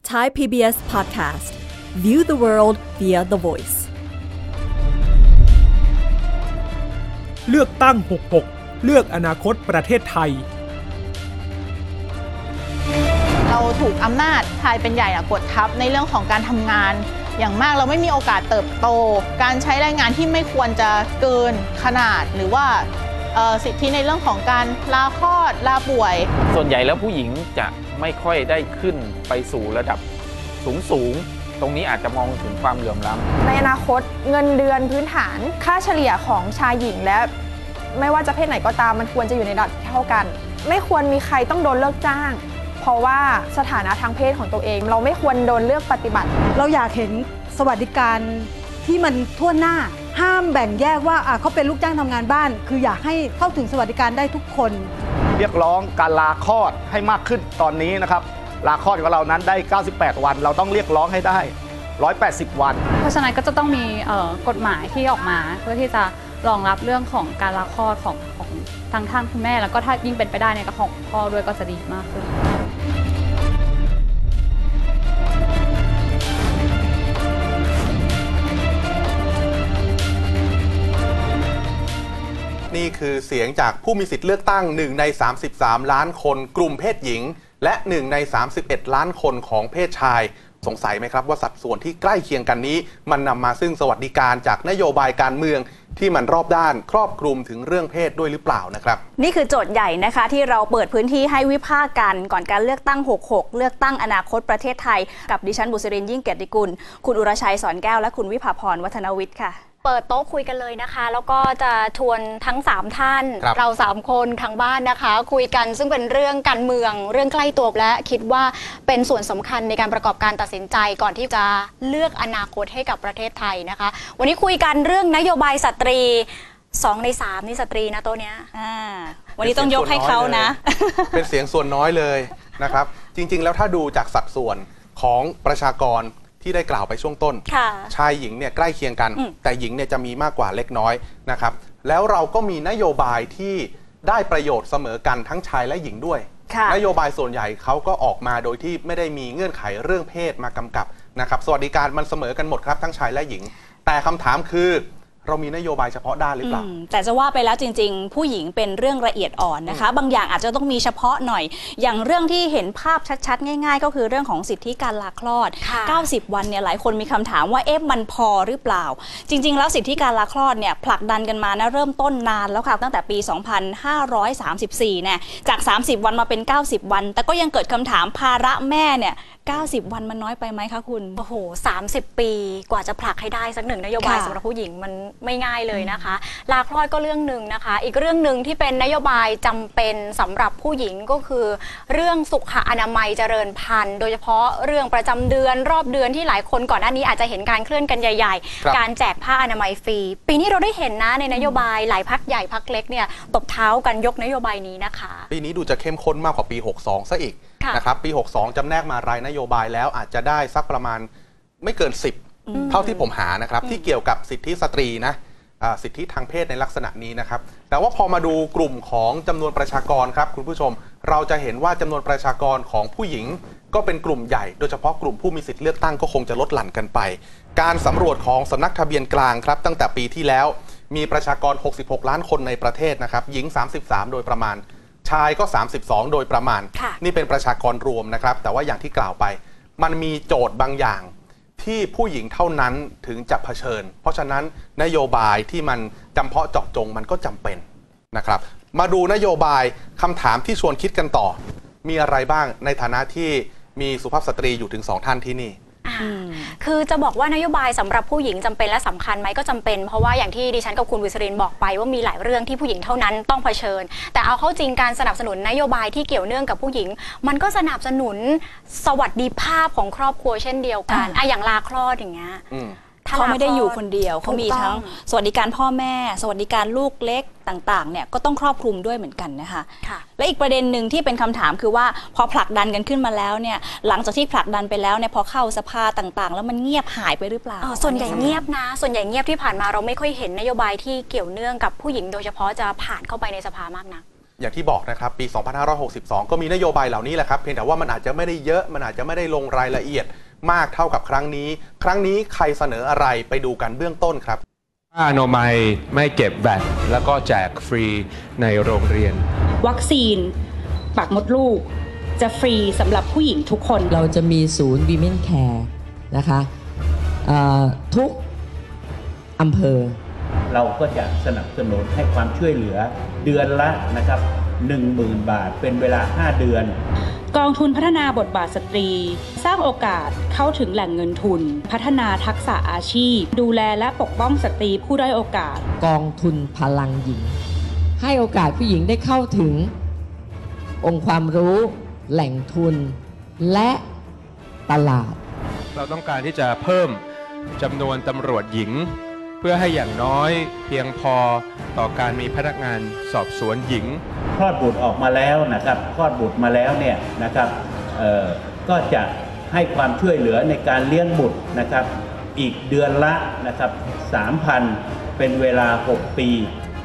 Thai PBS Podcast View the world via the voice เลือกตั้ง66เลือกอนาคตประเทศไทยเราถูกอำนาจชายเป็นใหญ่กดทับในเรื่องของการทำงานอย่างมากเราไม่มีโอกาสเติบโตการใช้แรงงานที่ไม่ควรจะเกินขนาดหรือว่าสิทธิในเรื่องของการลาคลอดลาป่วยส่วนใหญ่แล้วผู้หญิงจะไม่ค่อยได้ขึ้นไปสู่ระดับสูงตรงนี้อาจจะมองถึงความเหลื่อมล้ำในอนาคตเงินเดือนพื้นฐานค่าเฉลี่ยของชายหญิงและไม่ว่าจะเพศไหนก็ตามมันควรจะอยู่ในระดับเท่ากันไม่ควรมีใครต้องโดนเลิกจ้างเพราะว่าสถานะทางเพศของตัวเองเราไม่ควรโดนเลือกปฏิบัติเราอยากเห็นสวัสดิการที่มันทั่วหน้าห้ามแบ่งแยกว่าเขาเป็นลูกจ้างทำงานบ้านคืออยากให้เข้าถึงสวัสดิการได้ทุกคนเรียกร้องการลาคลอดให้มากขึ้นตอนนี้นะครับลาคลอดของเรานั้นได้98วันเราต้องเรียกร้องให้ได้180วันเพราะฉะนั้นก็จะต้องมีกฎหมายที่ออกมาเพื่อที่จะรองรับเรื่องของการลาคลอดของทางท่านคุณแม่แล้วก็ถ้ายิ่งเป็นไปได้เนี่ยก็ของพ่อด้วยก็จะดีมากขึ้นนี่คือเสียงจากผู้มีสิทธิ์เลือกตั้ง1ใน33ล้านคนกลุ่มเพศหญิงและ1ใน31ล้านคนของเพศชายสงสัยไหมครับว่าสัดส่วนที่ใกล้เคียงกันนี้มันนำมาซึ่งสวัสดิการจากนโยบายการเมืองที่มันรอบด้านครอบคลุมถึงเรื่องเพศด้วยหรือเปล่านะครับนี่คือโจทย์ใหญ่นะคะที่เราเปิดพื้นที่ให้วิพากษ์กันก่อนการเลือกตั้ง66เลือกตั้งอนาคตประเทศไทยกับดิฉันบุษรินทร์ยิ่งเกียรติกุลคุณอุรชัยสอนแก้วและคุณวิภาพรวัฒนวิทย์ค่ะเปิดโต๊ะคุยกันเลยนะคะแล้วก็จะชวนทั้ง3ท่านเรา3คนทางบ้านนะคะคุยกันซึ่งเป็นเรื่องการเมืองเรื่องใกล้ตัวและคิดว่าเป็นส่วนสำคัญในการประกอบการตัดสินใจก่อนที่จะเลือกอนาคตให้กับประเทศไทยนะคะวันนี้คุยกันเรื่องนโยบายสตรี2ใน3นี่สตรีนะโต๊ะเนี้ยวันนี้ต้องยกให้เขานะเป็นเสียงส่วนน้อยเลยนะครับจริงๆแล้วถ้าดูจากสัดส่วนของประชากรที่ได้กล่าวไปช่วงต้นชายหญิงเนี่ยใกล้เคียงกันแต่หญิงเนี่ยจะมีมากกว่าเล็กน้อยนะครับแล้วเราก็มีนโยบายที่ได้ประโยชน์เสมอกันทั้งชายและหญิงด้วยนโยบายส่วนใหญ่เขาก็ออกมาโดยที่ไม่ได้มีเงื่อนไขเรื่องเพศมากำกับนะครับสวัสดิการมันเสมอกันหมดครับทั้งชายและหญิงแต่คำถามคือเรามีนโยบายเฉพาะด้านหรือเปล่าแต่จะว่าไปแล้วจริงๆผู้หญิงเป็นเรื่องละเอียดอ่อนนะคะบางอย่างอาจจะต้องมีเฉพาะหน่อยอย่างเรื่องที่เห็นภาพชัดๆง่ายๆก็คือเรื่องของสิทธิการลาคลอด90วันเนี่ยหลายคนมีคำถามว่ามันพอหรือเปล่าจริงๆแล้วสิทธิการลาคลอดเนี่ยผลักดันกันมานะเริ่มต้นนานแล้วค่ะตั้งแต่ปี2534เนี่ยจาก30วันมาเป็น90วันแต่ก็ยังเกิดคำถามภาระแม่เนี่ย90วันมันน้อยไปไหมคะคุณโอ้โห30ปีกว่าจะผลักให้ได้สักหนึ่งนโยบายสำหรับผู้หญิงมันไม่ง่ายเลยนะคะลาคลอดก็เรื่องหนึ่งนะคะอีกเรื่องหนึ่งที่เป็นนโยบายจำเป็นสำหรับผู้หญิงก็คือเรื่องสุขอนามัยเจริญพันธุ์โดยเฉพาะเรื่องประจำเดือนรอบเดือนที่หลายคนก่อนหน้านี้อาจจะเห็นการเคลื่อนกันใหญ่ๆการแจกผ้าอนามัยฟรีปีนี้เราได้เห็นนะในนโยบายหลายพรรคใหญ่พรรคเล็กเนี่ยตบเท้ากันยกนโยบายนี้นะคะปีนี้ดูจะเข้มข้นมากกว่าปี62ซะอีกนะครับปี62จำแนกมารายนโยบายแล้วอาจจะได้สักประมาณไม่เกิน10เท่าที่ผมหานะครับที่เกี่ยวกับสิทธิสตรีนะสิทธิทางเพศในลักษณะนี้นะครับแต่ว่าพอมาดูกลุ่มของจำนวนประชากรครับคุณผู้ชมเราจะเห็นว่าจำนวนประชากรของผู้หญิงก็เป็นกลุ่มใหญ่โดยเฉพาะกลุ่มผู้มีสิทธิเลือกตั้งก็คงจะลดหลั่นกันไปการสำรวจของสำนักทะเบียนกลางครับตั้งแต่ปีที่แล้วมีประชากร66ล้านคนในประเทศนะครับหญิง33โดยประมาณชายก็32โดยประมาณนี่เป็นประชากรรวมนะครับแต่ว่าอย่างที่กล่าวไปมันมีโจทย์บางอย่างที่ผู้หญิงเท่านั้นถึงจะเผชิญเพราะฉะนั้นนโยบายที่มันจำเพาะเจาะจงมันก็จำเป็นนะครับมาดูนโยบายคำถามที่ชวนคิดกันต่อมีอะไรบ้างในฐานะที่มีสุภาพสตรีอยู่ถึง2ท่านที่นี่คือจะบอกว่านโยบายสำหรับผู้หญิงจำเป็นและสำคัญไหมก็จำเป็นเพราะว่าอย่างที่ดิฉันกับคุณวิศรินบอกไปว่ามีหลายเรื่องที่ผู้หญิงเท่านั้นต้องเผชิญแต่เอาเข้าจริงการสนับสนุนนโยบายที่เกี่ยวเนื่องกับผู้หญิงมันก็สนับสนุนสวัสดิภาพของครอบครัวเช่นเดียวกันอย่างลาคลอดอย่างเงี้ยเขาไม่ได้อยู่คนเดียวเขามีทั้งสวัสดิการพ่อแม่สวัสดิการลูกเล็กต่างๆเนี่ยก็ต้องครอบคลุมด้วยเหมือนกันนะคะและอีกประเด็นหนึ่งที่เป็นคำถามคือว่าพอผลักดันกันขึ้นมาแล้วเนี่ยหลังจากที่ผลักดันไปแล้วเนี่ยพอเข้าสภาต่างๆแล้วมันเงียบหายไปหรือเปล่าส่วนใหญ่เงียบนะส่วนใหญ่เงียบที่ผ่านมาเราไม่ค่อยเห็นนโยบายที่เกี่ยวเนื่องกับผู้หญิงโดยเฉพาะจะผ่านเข้าไปในสภามากนักอย่างที่บอกนะครับปี 2562 ก็มีนโยบายเหล่านี้แหละครับเพียงแต่ว่ามันอาจจะไม่ได้เยอะมันอาจจะไม่ได้ลงรายละเอียดมากเท่ากับครั้งนี้ใครเสนออะไรไปดูกันเบื้องต้นครับผ้าอนามัยไม่เก็บแวตแล้วก็แจกฟรีในโรงเรียนวัคซีนปากมดลูกจะฟรีสำหรับผู้หญิงทุกคนเราจะมีศูนย์ Women Care นะคะทุกอำเภอเราก็จะสนับสนุนให้ความช่วยเหลือเดือนละนะครับ 10,000 บาทเป็นเวลา5 เดือนกองทุนพัฒนาบทบาทสตรีสร้างโอกาสเข้าถึงแหล่งเงินทุนพัฒนาทักษะอาชีพดูแลและปกป้องสตรีผู้ด้อยโอกาสกองทุนพลังหญิงให้โอกาสผู้หญิงได้เข้าถึงองค์ความรู้แหล่งทุนและตลาดเราต้องการที่จะเพิ่มจำนวนตำรวจหญิงเพื่อให้อย่างน้อยเพียงพอต่อการมีพนักงานสอบสวนหญิงคลอดบุตรออกมาแล้วนะครับคลอดบุตรมาแล้วเนี่ยนะครับก็จะให้ความช่วยเหลือในการเลี้ยงบุตรนะครับอีกเดือนละนะครับ 3,000 เป็นเวลา6 ปี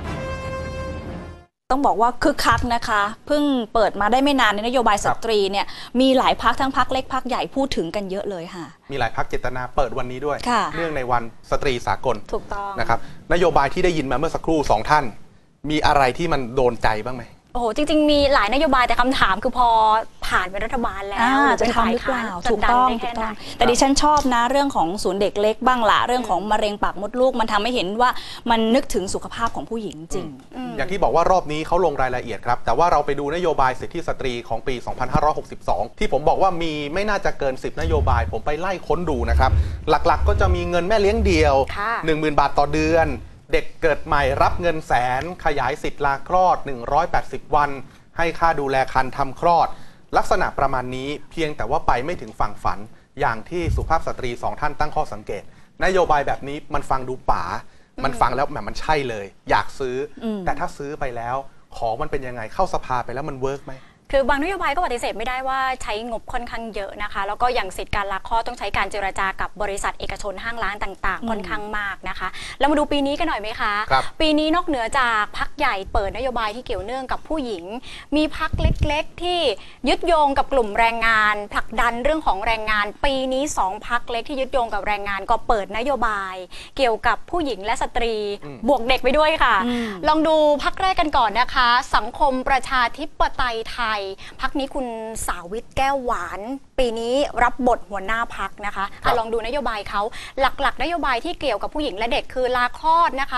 ต้องบอกว่าคึกคักนะคะเพิ่งเปิดมาได้ไม่นานในนโยบายสตรีเนี่ยมีหลายพรรคทั้งพรรคเล็กพรรคใหญ่พูดถึงกันเยอะเลยค่ะมีหลายพรรคเจตนาเปิดวันนี้ด้วยเนื่องในวันสตรีสากลถูกต้องนะครับนโยบายที่ได้ยินมาเมื่อสักครู่2 ท่านมีอะไรที่มันโดนใจบ้างไหมโอ้โหจริงๆมีหลายนโยบายแต่คำถามคือพอผ่านเป็นรัฐบาลแล้วจะทำหรือเปล่าถูกต้องแต่ดิฉันชอบนะเรื่องของศูนย์เด็กเล็กบ้างละเรื่องของมะเร็งปากมดลูกมันทำให้เห็นว่ามันนึกถึงสุขภาพของผู้หญิงจริงอย่างที่บอกว่ารอบนี้เขาลงรายละเอียดครับแต่ว่าเราไปดูนโยบายสิทธิสตรีของปี 2562 ที่ผมบอกว่ามีไม่น่าจะเกิน10 นโยบายผมไปไล่ค้นดูนะครับหลักๆก็จะมีเงินแม่เลี้ยงเดี่ยว 10,000 บาทต่อเดือนเด็กเกิดใหม่รับเงินแสนขยายสิทธิ์ลาคลอด180 วันให้ค่าดูแลครรภ์ทำคลอดลักษณะประมาณนี้เพียงแต่ว่าไปไม่ถึงฝั่งฝันอย่างที่สุภาพสตรี2 ท่านตั้งข้อสังเกตนโยบายแบบนี้มันฟังดูป๋ามันฟังแล้วมันใช่เลยอยากซื้อแต่ถ้าซื้อไปแล้วของมันเป็นยังไงเข้าสภาไปแล้วมันเวิร์กไหมคือบางนโยบายก็ปฏิเสธไม่ได้ว่าใช้งบค่อนข้างเยอะนะคะแล้วก็อย่างสิทธิการลาคลอดต้องใช้การเจรจากับบริษัทเอกชนห้างร้านต่างๆค่อนข้างมากนะคะแล้วมาดูปีนี้กันหน่อยไหมคะปีนี้นอกเหนือจากพรรคใหญ่เปิดนโยบายที่เกี่ยวเนื่องกับผู้หญิงมีพรรคเล็กๆที่ยึดโยงกับกลุ่มแรงงานผลักดันเรื่องของแรงงานปีนี้2 พรรคเล็กที่ยึดโยงกับแรงงานก็เปิดนโยบายเกี่ยวกับผู้หญิงและสตรีบวกเด็กไปด้วยค่ะลองดูพรรคแรกกันก่อนนะคะสังคมประชาธิปไตยไทยพรรคนี้คุณสาวิตแก้วหวานปีนี้รับบทหัวหน้าพรรคนะคะลองดูนโยบายเขาหลักๆนโยบายที่เกี่ยวกับผู้หญิงและเด็กคือลาคลอดนะคะ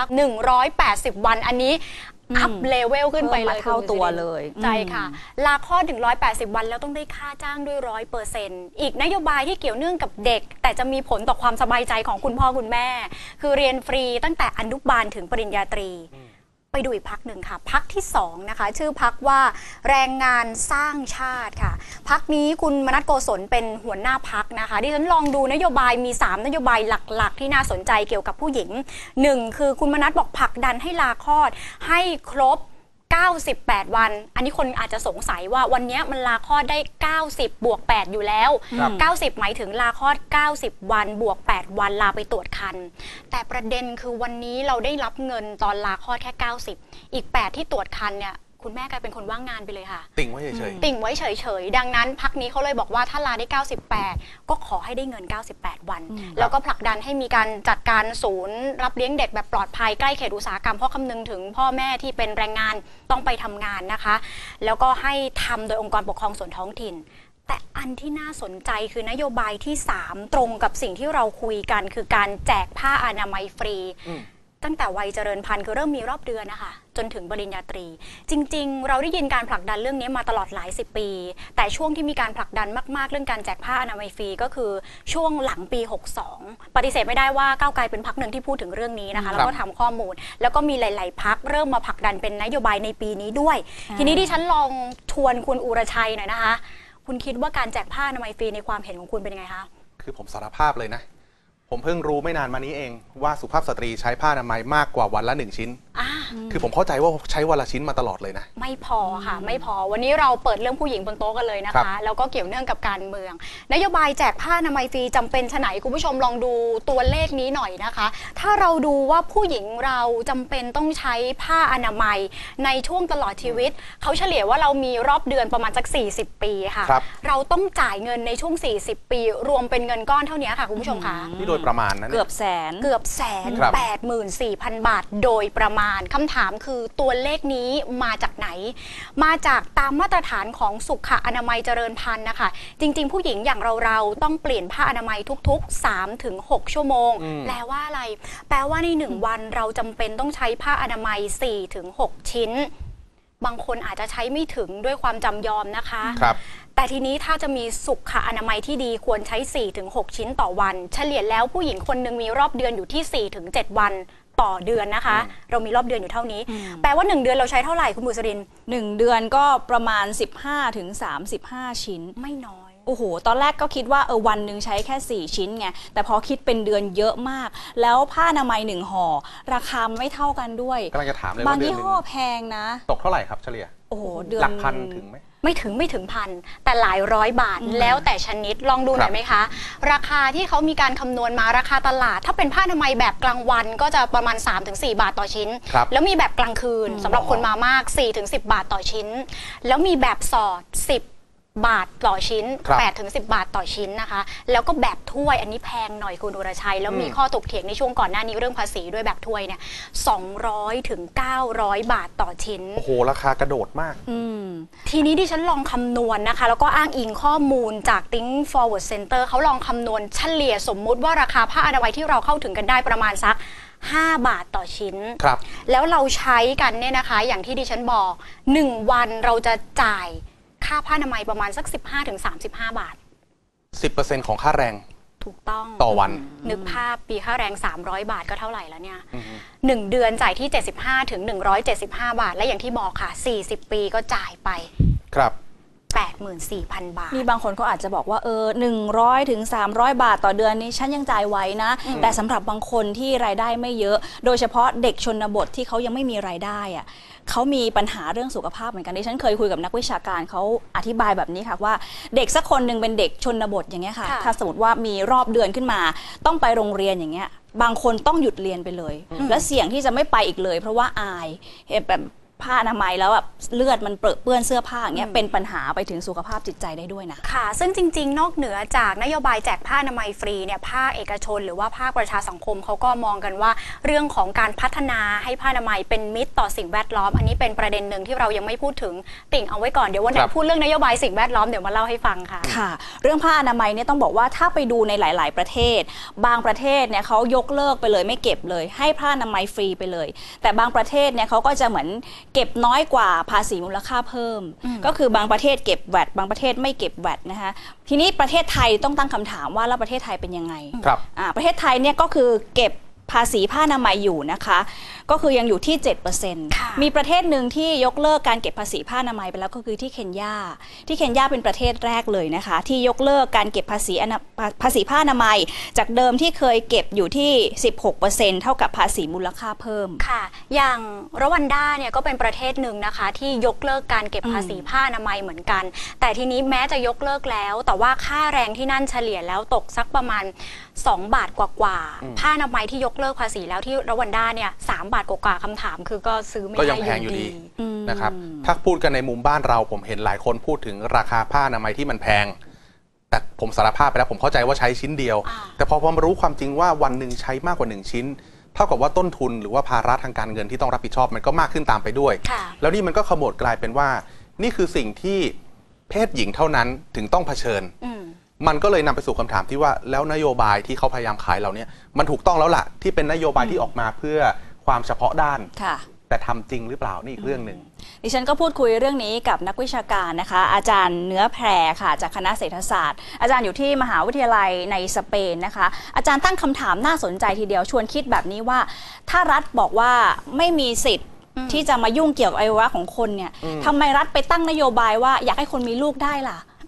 180 วันอันนี้อัพเลเวลขึ้นไปเลยเท่าตัวเลยใช่ค่ะลาคลอด180 วันแล้วต้องได้ค่าจ้างด้วย100%อีกนโยบายที่เกี่ยวเนื่องกับเด็กแต่จะมีผลต่อความสบายใจของคุณพ่อคุณแม่คือเรียนฟรีตั้งแต่อนุบาลถึงปริญญาตรีไปดูอีกพรรคหนึ่งค่ะพรรคที่2นะคะชื่อพรรคว่าแรงงานสร้างชาติค่ะพรรคนี้คุณมนัสโกศลเป็นหัวหน้าพรรคนะคะดิฉันลองดูนโยบายมี3นโยบายหลักๆที่น่าสนใจเกี่ยวกับผู้หญิง1คือคุณมนัสบอกผลักดันให้ลาคลอดให้ครบ98 วันอันนี้คนอาจจะสงสัยว่าวันนี้มันลาคลอดได้90 บวก 8อยู่แล้ว90หมายถึงลาคลอด90 วันบวก8วันลาไปตรวจครรภ์แต่ประเด็นคือวันนี้เราได้รับเงินตอนลาคลอดแค่90อีก8ที่ตรวจครรภ์เนี่ยคุณแม่กลายเป็นคนว่างงานไปเลยค่ะติ่งไว้เฉยๆติ่งไว้เฉยๆดังนั้นพรรคนี้เขาเลยบอกว่าถ้าลาได้98ก็ขอให้ได้เงิน98วันแล้วก็ผลักดันให้มีการจัดการศูนย์รับเลี้ยงเด็กแบบปลอดภัยใกล้เขตอุตสาหกรรมเพราะคำนึงถึงพ่อแม่ที่เป็นแรงงานต้องไปทำงานนะคะแล้วก็ให้ทำโดยองค์กรปกครองส่วนท้องถิ่นแต่อันที่น่าสนใจคือนโยบายที่3ตรงกับสิ่งที่เราคุยกันคือการแจกผ้าอนามัยฟรีตั้งแต่วัยเจริญพันธุ์คือเริ่มมีรอบเดือนนะคะจนถึงปริญญาตรีจริงๆเราได้ยินการผลักดันเรื่องนี้มาตลอดหลาย10 ปีแต่ช่วงที่มีการผลักดันมากๆเรื่องการแจกผ้าอนามัยฟรีก็คือช่วงหลังปี62ปฏิเสธไม่ได้ว่าก้าวไกลเป็นพรรคหนึ่งที่พูดถึงเรื่องนี้นะคะแล้วก็ทำข้อมูลแล้วก็มีหลายๆพรรคเริ่มมาผลักดันเป็นนโยบายในปีนี้ด้วยทีนี้ดิฉันลองชวนคุณอุรชัยหน่อยนะคะคุณคิดว่าการแจกผ้าอนามัยฟรีในความเห็นของคุณเป็นยังไงคะคือผมสารภาพเลยนะผมเพิ่งรู้ไม่นานมานี้เองว่าสุภาพสตรีใช้ผ้าอนามัยมากกว่าวันละ1 ชิ้นคือผมเข้าใจว่าใช้วันละชิ้นมาตลอดเลยนะไม่พอค่ะไม่พอวันนี้เราเปิดเรื่องผู้หญิงบนโต๊ะกันเลยนะคะแล้วก็เกี่ยวเนื่องกับการเมืองนโยบายแจกผ้าอนามัยฟรีจำเป็นชะไหนคุณผู้ชมลองดูตัวเลขนี้หน่อยนะคะถ้าเราดูว่าผู้หญิงเราจำเป็นต้องใช้ผ้าอนามัยในช่วงตลอดชีวิตเขาเฉลี่ยว่าเรามีรอบเดือนประมาณสัก40 ปีค่ะเราต้องจ่ายเงินในช่วง40 ปีรวมเป็นเงินก้อนเท่านี้ค่ะคุณผู้ชมคะนี่โดยประมาณนั้นเกือบแสน 84,000 บาทโดยประมาณคำถามคือตัวเลขนี้มาจากไหนมาจากตามมาตรฐานของสุขอนามัยเจริญพันธุ์นะคะจริงๆผู้หญิงอย่างเราต้องเปลี่ยนผ้าอนามัยทุกๆ 3-6 ชั่วโมงแปลว่าอะไรแปลว่าใน1 วันเราจำเป็นต้องใช้ผ้าอนามัย 4-6 ชิ้นบางคนอาจจะใช้ไม่ถึงด้วยความจำยอมนะคะแต่ทีนี้ถ้าจะมีสุขอนามัยที่ดีควรใช้ 4-6 ชิ้นต่อวันเฉลี่ยแล้วผู้หญิงคนหนึ่งมีรอบเดือนอยู่ที่ 4-7 วันต่อเดือนนะคะเรามีรอบเดือนอยู่เท่านี้แปลว่า1 เดือนเราใช้เท่าไหร่คุณบุษริน 1 เดือนก็ประมาณ 15-35 ชิ้นไม่น้อยโอ้โหตอนแรกก็คิดว่าวันหนึ่งใช้แค่4 ชิ้นไงแต่พอคิดเป็นเดือนเยอะมากแล้วผ้าอนามัย1 ห่อราคาไม่เท่ากันด้วยกำลังจะถามเลยบางยี่ห้อแพงนะตกเท่าไหร่ครับเฉลี่ยโอ้โหเดือนหลักพันถึงไหมไม่ถึงพันแต่หลายร้อยบาทแล้วแต่ชนิดลองดูหน่อยไหมคะราคาที่เขามีการคำนวณมาราคาตลาดถ้าเป็นผ้าอนามัยแบบกลางวันก็จะประมาณ 3-4 บาทต่อชิ้นแล้วมีแบบกลางคืนสำหรับคนมามาก 4-10 บาทต่อชิ้นแล้วมีแบบสอด10 บาทต่อชิ้น 8-10 บาทต่อชิ้นนะคะแล้วก็แบบถ้วยอันนี้แพงหน่อยคุณอุรชัยแล้วมีข้อถกเถียงในช่วงก่อนหน้านี้เรื่องภาษีด้วยแบบถ้วยเนี่ย200-900 บาทต่อชิ้นโอ้โหราคากระโดดมากทีนี้ดิฉันลองคำนวณนะคะแล้วก็อ้างอิงข้อมูลจาก Think Forward Center เขาลองคำนวณเฉลี่ยสมมุติว่าราคาผ้าอนามัยที่เราเข้าถึงกันได้ประมาณสัก5 บาทต่อชิ้นแล้วเราใช้กันเนี่ยนะคะอย่างที่ดิฉันบอก1 วันเราจะจ่ายค่าผ้าอนามัยประมาณสัก 15-35 บาท 10% ของค่าแรงถูกต้องต่อวันนึกภาพปีค่าแรง300 บาทก็เท่าไหร่แล้วเนี่ย1 เดือนจ่ายที่75-175 บาทและอย่างที่บอกค่ะ40 ปีก็จ่ายไปครับ 84,000 บาทมีบางคนก็อาจจะบอกว่า100-300 บาทต่อเดือนนี้ฉันยังจ่ายไว้นะแต่สำหรับบางคนที่รายได้ไม่เยอะโดยเฉพาะเด็กชนบทที่เขายังไม่มีรายได้อะเขามีปัญหาเรื่องสุขภาพเหมือนกันดิฉันเคยคุยกับนักวิชาการเขาอธิบายแบบนี้ค่ะว่าเด็กสักคนหนึ่งเป็นเด็กชนบทอย่างเงี้ยค่ะถ้าสมมติว่ามีรอบเดือนขึ้นมาต้องไปโรงเรียนอย่างเงี้ยบางคนต้องหยุดเรียนไปเลยและเสี่ยงที่จะไม่ไปอีกเลยเพราะว่าอายแบบผ้าอนามัยแล้วแบบเลือดมันเปื้อนเสื้อผ้าอย่างเงี้ยเป็นปัญหาไปถึงสุขภาพจิตใจได้ด้วยนะค่ะซึ่งจริงๆนอกเหนือจากนโยบายแจกผ้าอนามัยฟรีเนี่ยภาคเอกชนหรือว่าภาคประชาสังคมเขาก็มองกันว่าเรื่องของการพัฒนาให้ผ้าอนามัยเป็นมิตรต่อสิ่งแวดล้อมอันนี้เป็นประเด็นหนึ่งที่เรายังไม่พูดถึงติ่งเอาไว้ก่อนเดี๋ยววันไหนพูดเรื่องนโยบายสิ่งแวดล้อมเดี๋ยวมาเล่าให้ฟังค่ะค่ะเรื่องผ้าอนามัยเนี่ยต้องบอกว่าถ้าไปดูในหลายๆประเทศบางประเทศเนี่ยเขายกเลิกไปเลยไม่เก็บเลยให้ผ้าอนามัยฟรีไปเลยแต่บางประเทศเนี่ยเขาก็จะเหมือนเก็บน้อยกว่าภาษีมูลค่าเพิ่มก็คือบางประเทศเก็บแวตบางประเทศไม่เก็บแวตนะคะทีนี้ประเทศไทยต้องตั้งคำถามว่าแล้วประเทศไทยเป็นยังไงประเทศไทยเนี่ยก็คือเก็บภาษีผ้าอนามัยอยู่นะคะก็คือยังอยู่ที่ 7% มีประเทศหนึ่งที่ยกเลิกการเก็บภาษีผ้าอนามัยไปแล้วก็คือที่เคนยาเป็นประเทศแรกเลยนะคะที่ยกเลิกการเก็บภาษีผ้าอนามัยจากเดิมที่เคยเก็บอยู่ที่ 16% เท่ากับภาษีมูลค่าเพิ่มค่ะอย่างรวันดาเนี่ยก็เป็นประเทศหนึ่งนะคะที่ยกเลิกการเก็บภาษีผ้าอนามัยเหมือนกันแต่ทีนี้แม้จะยกเลิกแล้วแต่ว่าค่าแรงที่นั่นเฉลี่ยแล้วตกสักประมาณ2 บาทกว่าผ้าอนามัยที่ยกเลิกภาษีแล้วที่รวันดาเนี่ย3 บาทกว่าคำถามคือก็ซื้อไม่ได้อยู่ดีนะครับถ้าพูดกันในมุมบ้านเราผมเห็นหลายคนพูดถึงราคาผ้าอนามัยที่มันแพงแต่ผมสารภาพไปแล้วผมเข้าใจว่าใช้ชิ้นเดียวแต่พอมารู้ความจริงว่าวันหนึ่งใช้มากกว่า1 ชิ้นเท่ากับว่าต้นทุนหรือว่าภาระทางการเงินที่ต้องรับผิดชอบมันก็มากขึ้นตามไปด้วยแล้วนี่มันก็ขมวดกลายเป็นว่านี่คือสิ่งที่เพศหญิงเท่านั้นถึงต้องเผชิญมันก็เลยนำไปสู่คำถามที่ว่าแล้วนโยบายที่เขาพยายามขายเราเนี่ยมันถูกต้องแล้วล่ะที่เป็นนโยบายที่ออกมาเพื่อความเฉพาะด้านแต่ทำจริงหรือเปล่านี่อีกเรื่องหนึ่งดิฉันก็พูดคุยเรื่องนี้กับนักวิชาการนะคะอาจารย์เนื้อแพรค่ะจากคณะเศรษฐศาสตร์อาจารย์อยู่ที่มหาวิทยาลัยในสเปนนะคะอาจารย์ตั้งคำถามน่าสนใจทีเดียวชวนคิดแบบนี้ว่าถ้ารัฐบอกว่าไม่มีสิทธิ์ที่จะมายุ่งเกี่ยวกับอวัยวะของคนเนี่ยทำไมรัฐไปตั้งนโยบายว่าอยากให้คนมีลูกได้ล่ะ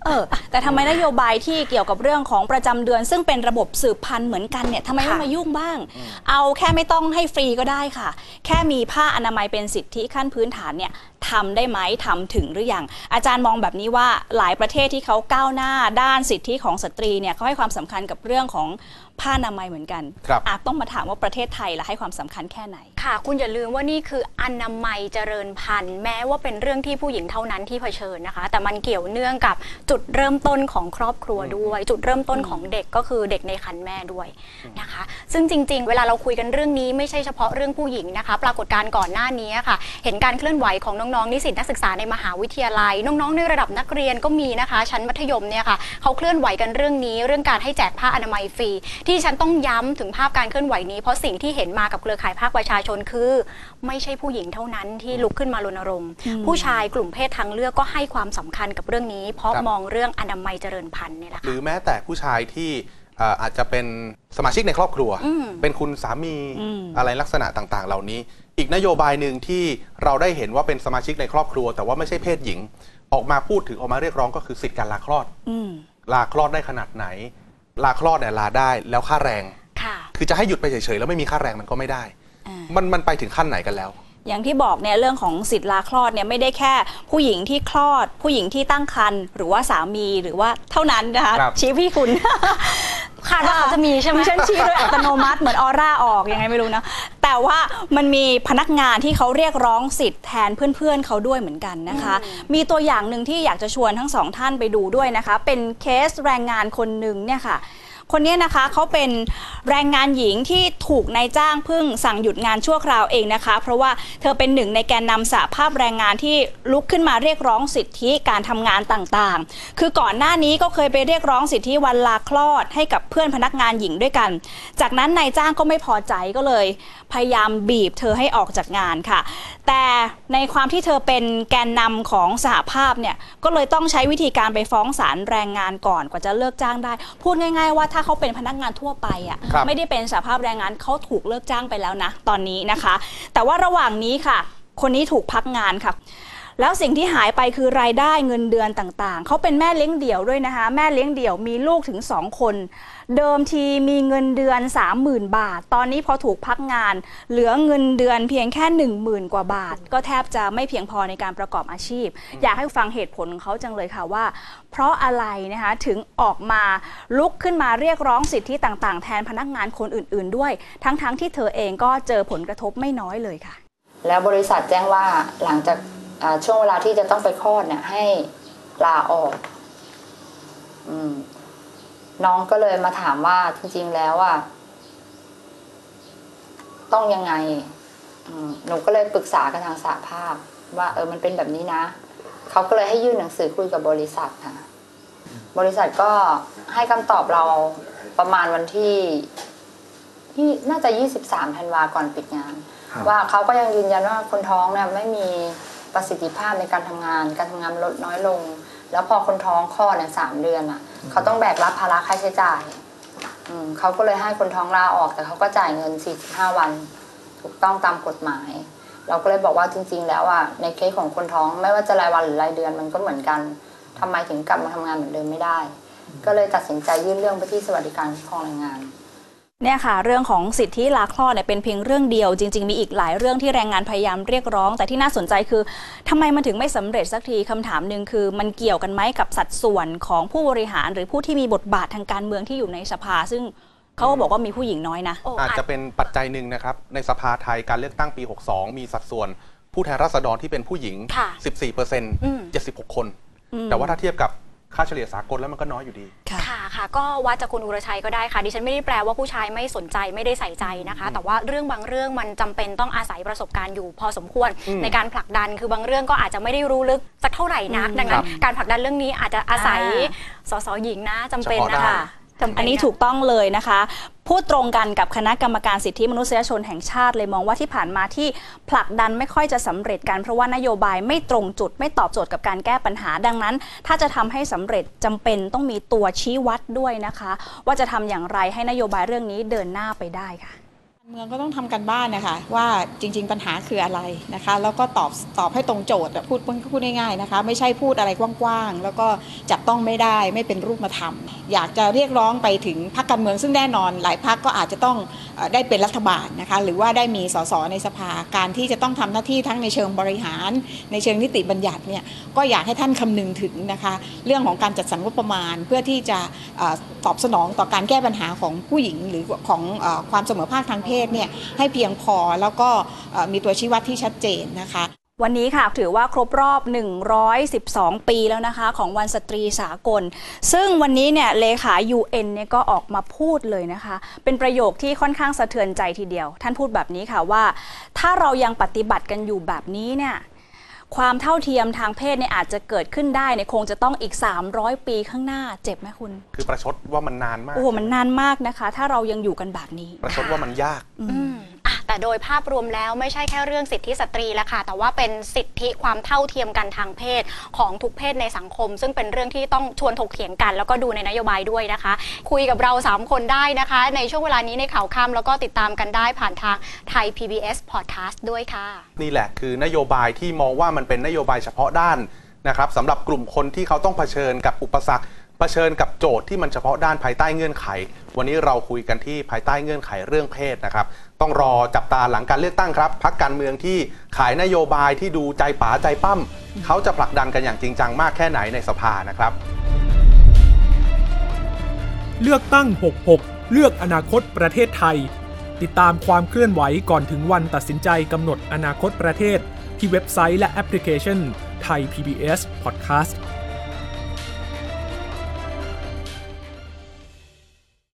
แต่ทำไมนโยบายที่เกี่ยวกับเรื่องของประจำเดือนซึ่งเป็นระบบสืบพันธุ์เหมือนกันเนี่ยทำไมไม่มายุ่งบ้างเอาแค่ไม่ต้องให้ฟรีก็ได้ค่ะแค่มีผ้าอนามัยเป็นสิทธิขั้นพื้นฐานเนี่ยทำได้ไหมทำถึงหรือยังอาจารย์มองแบบนี้ว่าหลายประเทศที่เขาก้าวหน้าด้านสิทธิของสตรีเนี่ยเขาให้ความสำคัญกับเรื่องของผ้าอนามัยเหมือนกันต้องมาถามว่าประเทศไทยล่ะให้ความสำคัญแค่ไหนค่ะคุณอย่าลืมว่านี่คืออนามัยเจริญพันธุ์แม้ว่าเป็นเรื่องที่ผู้หญิงเท่านั้นที่เผชิญนะคะแต่มันเกี่ยวเนื่องกับจุดเริ่มต้นของครอบครัวด้วยจุดเริ่มต้นของเด็กก็คือเด็กในครรภ์แม่ด้วยนะคะซึ่งจริงๆเวลาเราคุยกันเรื่องนี้ไม่ใช่เฉพาะเรื่องผู้หญิงนะคะปรากฏการณ์ก่อนหน้านี้ค่ะเห็นการเคลื่อนไหวของน้องๆนิสิตนักศึกษาในมหาวิทยาลัยน้องๆในระดับนักเรียนก็มีนะคะชั้นมัธยมเนี่ยค่ะเขาเคลื่อนไหวกันเรื่องนี้เรื่องการให้แจกผ้าอนามัยฟรีที่ฉันต้องย้ำถึงภาพการเคลื่อนไหวนี้เพราะสิ่งที่เห็นมากับเครือข่ายภาคประชาชนคือไม่ใช่ผู้หญิงเท่านั้นที่ลุกขึ้นมารณรงค์ผู้ชายกลุ่มเพศทางเลือกก็ให้ความสำคัญกับเรื่องนี้เพราะมองเรื่องอนามัยเจริญพันธุ์เนี่ยแหละหรือแม้แต่ผู้ชายที่อาจจะเป็นสมาชิกในครอบครัวเป็นคุณสามีอะไรลักษณะต่างๆเหล่านี้อีกนโยบายหนึ่งที่เราได้เห็นว่าเป็นสมาชิกในครอบครัวแต่ว่าไม่ใช่เพศหญิงออกมาพูดถึงออกมาเรียกร้องก็คือสิทธิการลาคลอดลาคลอดได้ขนาดไหนลาคลอดเนี่ยลาได้แล้วค่าแรงคือจะให้หยุดไปเฉยๆแล้วไม่มีค่าแรงมันก็ไม่ได้มันไปถึงขั้นไหนกันแล้วอย่างที่บอกเนี่ยเรื่องของสิทธิลาคลอดเนี่ยไม่ได้แค่ผู้หญิงที่คลอดผู้หญิงที่ตั้งครรภ์หรือว่าสามีหรือว่าเท่านั้นนะคะชี้พี่คุณคาดว่าเขาจะมีใช่ไหมฉันชี้โดยอัตโนมัติเหมือนออร่าออกยังไงไม่รู้นะแต่ว่ามันมีพนักงานที่เขาเรียกร้องสิทธิ์แทนเพื่อนๆเขาด้วยเหมือนกันนะคะมีตัวอย่างหนึ่งที่อยากจะชวนทั้งสองท่านไปดูด้วยนะคะเป็นเคสแรงงานคนหนึ่งเนี่ยค่ะคนนี้นะคะเขาเป็นแรงงานหญิงที่ถูกนายจ้างเพิ่งสั่งหยุดงานชั่วคราวเองนะคะเพราะว่าเธอเป็นหนึ่งในแกนนำสหภาพแรงงานที่ลุกขึ้นมาเรียกร้องสิทธิการทำงานต่างๆคือก่อนหน้านี้ก็เคยไปเรียกร้องสิทธิวันลาคลอดให้กับเพื่อนพนักงานหญิงด้วยกันจากนั้นนายจ้างก็ไม่พอใจก็เลยพยายามบีบเธอให้ออกจากงานค่ะแต่ในความที่เธอเป็นแกนนำของสหภาพเนี่ยก็เลยต้องใช้วิธีการไปฟ้องศาลแรงงานก่อนกว่าจะเลิกจ้างได้พูดง่ายๆว่าถ้าเขาเป็นพนักงานทั่วไปอ่ะไม่ได้เป็นสหภาพแรงงานเขาถูกเลิกจ้างไปแล้วนะตอนนี้นะคะแต่ว่าระหว่างนี้ค่ะคนนี้ถูกพักงานค่ะแล้วสิ่งที่หายไปคือรายได้เงินเดือนต่างๆเขาเป็นแม่เลี้ยงเดี่ยวด้วยนะคะแม่เลี้ยงเดี่ยวมีลูกถึง2 คนเดิมทีมีเงินเดือน 30,000 บาทตอนนี้พอถูกพักงานเหลือเงินเดือนเพียงแค่ 10,000 กว่าบาทก็แทบจะไม่เพียงพอในการประกอบอาชีพอยากให้ฟังเหตุผลของเขาจังเลยค่ะว่าเพราะอะไรนะคะถึงออกมาลุกขึ้นมาเรียกร้องสิทธิต่างๆแทนพนักงานคนอื่นๆด้วยทั้งที่เธอเองก็เจอผลกระทบไม่น้อยเลยค่ะแล้วบริษัทแจ้งว่าหลังจากช่วงเวลาที่จะต้องไปคลอดเนี่ยให้ลาออกน้องก็เลยมาถามว่าจริงๆแล้วต้องยังไงหนูก็เลยปรึกษากับทางสหภาพว่ามันเป็นแบบนี้นะเขาก็เลยให้ยื่นหนังสือคุยกับบริษัทค่ะบริษัทก็ให้คำตอบเราประมาณวันที่น่าจะ23 ธันวาก่อนปิดงานว่าเขาก็ยังยืนยันว่าคนท้องเนี่ยไม่มีประสิทธิภาพในการทำงานลดน้อยลงแล้วพอคนท้องคลอดเนี่ย3 เดือนเขาต้องแบกรับภาระค่าใช้จ่ายเขาก็เลยให้คนท้องลาออกแต่เขาก็จ่ายเงิน45 วันถูกต้องตามกฎหมายเราก็เลยบอกว่าจริงๆแล้วในเคสของคนท้องไม่ว่าจะรายวันหรือรายเดือนมันก็เหมือนกันทำไมถึงกลับมาทำงานเหมือนเดิมไม่ได้ก็เลยตัดสินใจยื่นเรื่องไปที่สวัสดิการคุ้มครองแรงงานเนี่ยค่ะเรื่องของสิทธิลาคลอดเนี่ยเป็นเพียงเรื่องเดียวจริงๆมีอีกหลายเรื่องที่แรงงานพยายามเรียกร้องแต่ที่น่าสนใจคือทำไมมันถึงไม่สำเร็จสักทีคำถามหนึ่งคือมันเกี่ยวกันไหมกับสัดส่วนของผู้บริหารหรือผู้ที่มีบทบาททางการเมืองที่อยู่ในสภาซึ่งเขาบอกว่ามีผู้หญิงน้อยนะอาจจะเป็นปัจจัยหนึ่งนะครับในสภาไทยการเลือกตั้งปี62มีสัดส่วนผู้แทนราษฎรที่เป็นผู้หญิง 14% 76 คนแต่ว่าถ้าเทียบกับค่าเฉลี่ยสากลแล้วมันก็น้อยอยู่ดีค่ะก็วัดจากคุณอุรชัยก็ได้ค่ะดิฉันไม่ได้แปลว่าผู้ชายไม่สนใจไม่ได้ใส่ใจนะคะแต่ว่าเรื่องบางเรื่องมันจำเป็นต้องอาศัยประสบการณ์อยู่พอสมควรในการผลักดันคือบางเรื่องก็อาจจะไม่ได้รู้ลึกสักเท่าไหร่นักดังนั้นการผลักดันเรื่องนี้อาจจะอาศัยสสหญิงนะจำเป็นนะคะอันนี้ถูกต้องเลยนะคะพูดตรงกันกับคณะกรรมการสิทธิมนุษยชนแห่งชาติเลยมองว่าที่ผ่านมาที่ผลักดันไม่ค่อยจะสำเร็จกันเพราะว่านโยบายไม่ตรงจุดไม่ตอบโจทย์กับการแก้ปัญหาดังนั้นถ้าจะทำให้สำเร็จจำเป็นต้องมีตัวชี้วัดด้วยนะคะว่าจะทำอย่างไรให้นโยบายเรื่องนี้เดินหน้าไปได้ค่ะเมืองก็ต้องทำกันบ้านนะคะว่าจริงๆปัญหาคืออะไรนะคะแล้วก็ตอบให้ตรงโจทย์พูดง่ายๆนะคะไม่ใช่พูดอะไรกว้างๆแล้วก็จับต้องไม่ได้ไม่เป็นรูปธรรมอยากจะเรียกร้องไปถึงพรรคการเมืองซึ่งแน่นอนหลายพรรคก็อาจจะต้องได้เป็นรัฐบาลนะคะหรือว่าได้มีสสในสภาการที่จะต้องทำหน้าที่ทั้งในเชิงบริหารในเชิงนิติบัญญัติเนี่ยก็อยากให้ท่านคำนึงถึงนะคะเรื่องของการจัดสรรงบประมาณเพื่อที่จะตอบสนองต่อการแก้ปัญหาของผู้หญิงหรือของความเสมอภาคทางเพศเนี่ยให้เพียงพอแล้วก็มีตัวชี้วัดที่ชัดเจนนะคะวันนี้ค่ะถือว่าครบรอบ112 ปีแล้วนะคะของวันสตรีสากลซึ่งวันนี้เนี่ยเลขา UN เนี่ยก็ออกมาพูดเลยนะคะเป็นประโยคที่ค่อนข้างสะเทือนใจทีเดียวท่านพูดแบบนี้ค่ะว่าถ้าเรายังปฏิบัติกันอยู่แบบนี้เนี่ยความเท่าเทียมทางเพศเนี่ยอาจจะเกิดขึ้นได้เนี่ยคงจะต้องอีก300 ปีข้างหน้าเจ็บไหมคุณคือประชดว่ามันนานมากโอ้โหมันนานมากนะคะถ้าเรายังอยู่กันแบบนี้ประชดว่ามันยากแต่โดยภาพรวมแล้วไม่ใช่แค่เรื่องสิทธิสตรีแล้วค่ะแต่ว่าเป็นสิทธิความเท่าเทียมกันทางเพศของทุกเพศในสังคมซึ่งเป็นเรื่องที่ต้องชวนถกเถียงกันแล้วก็ดูในนโยบายด้วยนะคะคุยกับเรา3คนได้นะคะในช่วงเวลานี้ในข่าวค่ำแล้วก็ติดตามกันได้ผ่านทางไทย PBS Podcast ด้วยค่ะนี่แหละคือนโยบายที่มองว่ามันเป็นนโยบายเฉพาะด้านนะครับสำหรับกลุ่มคนที่เขาต้องเผชิญกับอุปสรรคเผชิญกับโจทย์ที่มันเฉพาะด้านภายใต้เงื่อนไขวันนี้เราคุยกันที่ภายใต้เงื่อนไขเรื่องเพศนะครับต้องรอจับตาหลังการเลือกตั้งครับพรรคการเมืองที่ขายนโยบายที่ดูใจป๋าใจปั้มเขาจะผลักดันกันอย่างจริงจังมากแค่ไหนในสภานะครับเลือกตั้ง66เลือกอนาคตประเทศไทยติดตามความเคลื่อนไหวก่อนถึงวันตัดสินใจกำหนดอนาคตประเทศที่เว็บไซต์และแอปพลิเคชันไทย PBS Podcast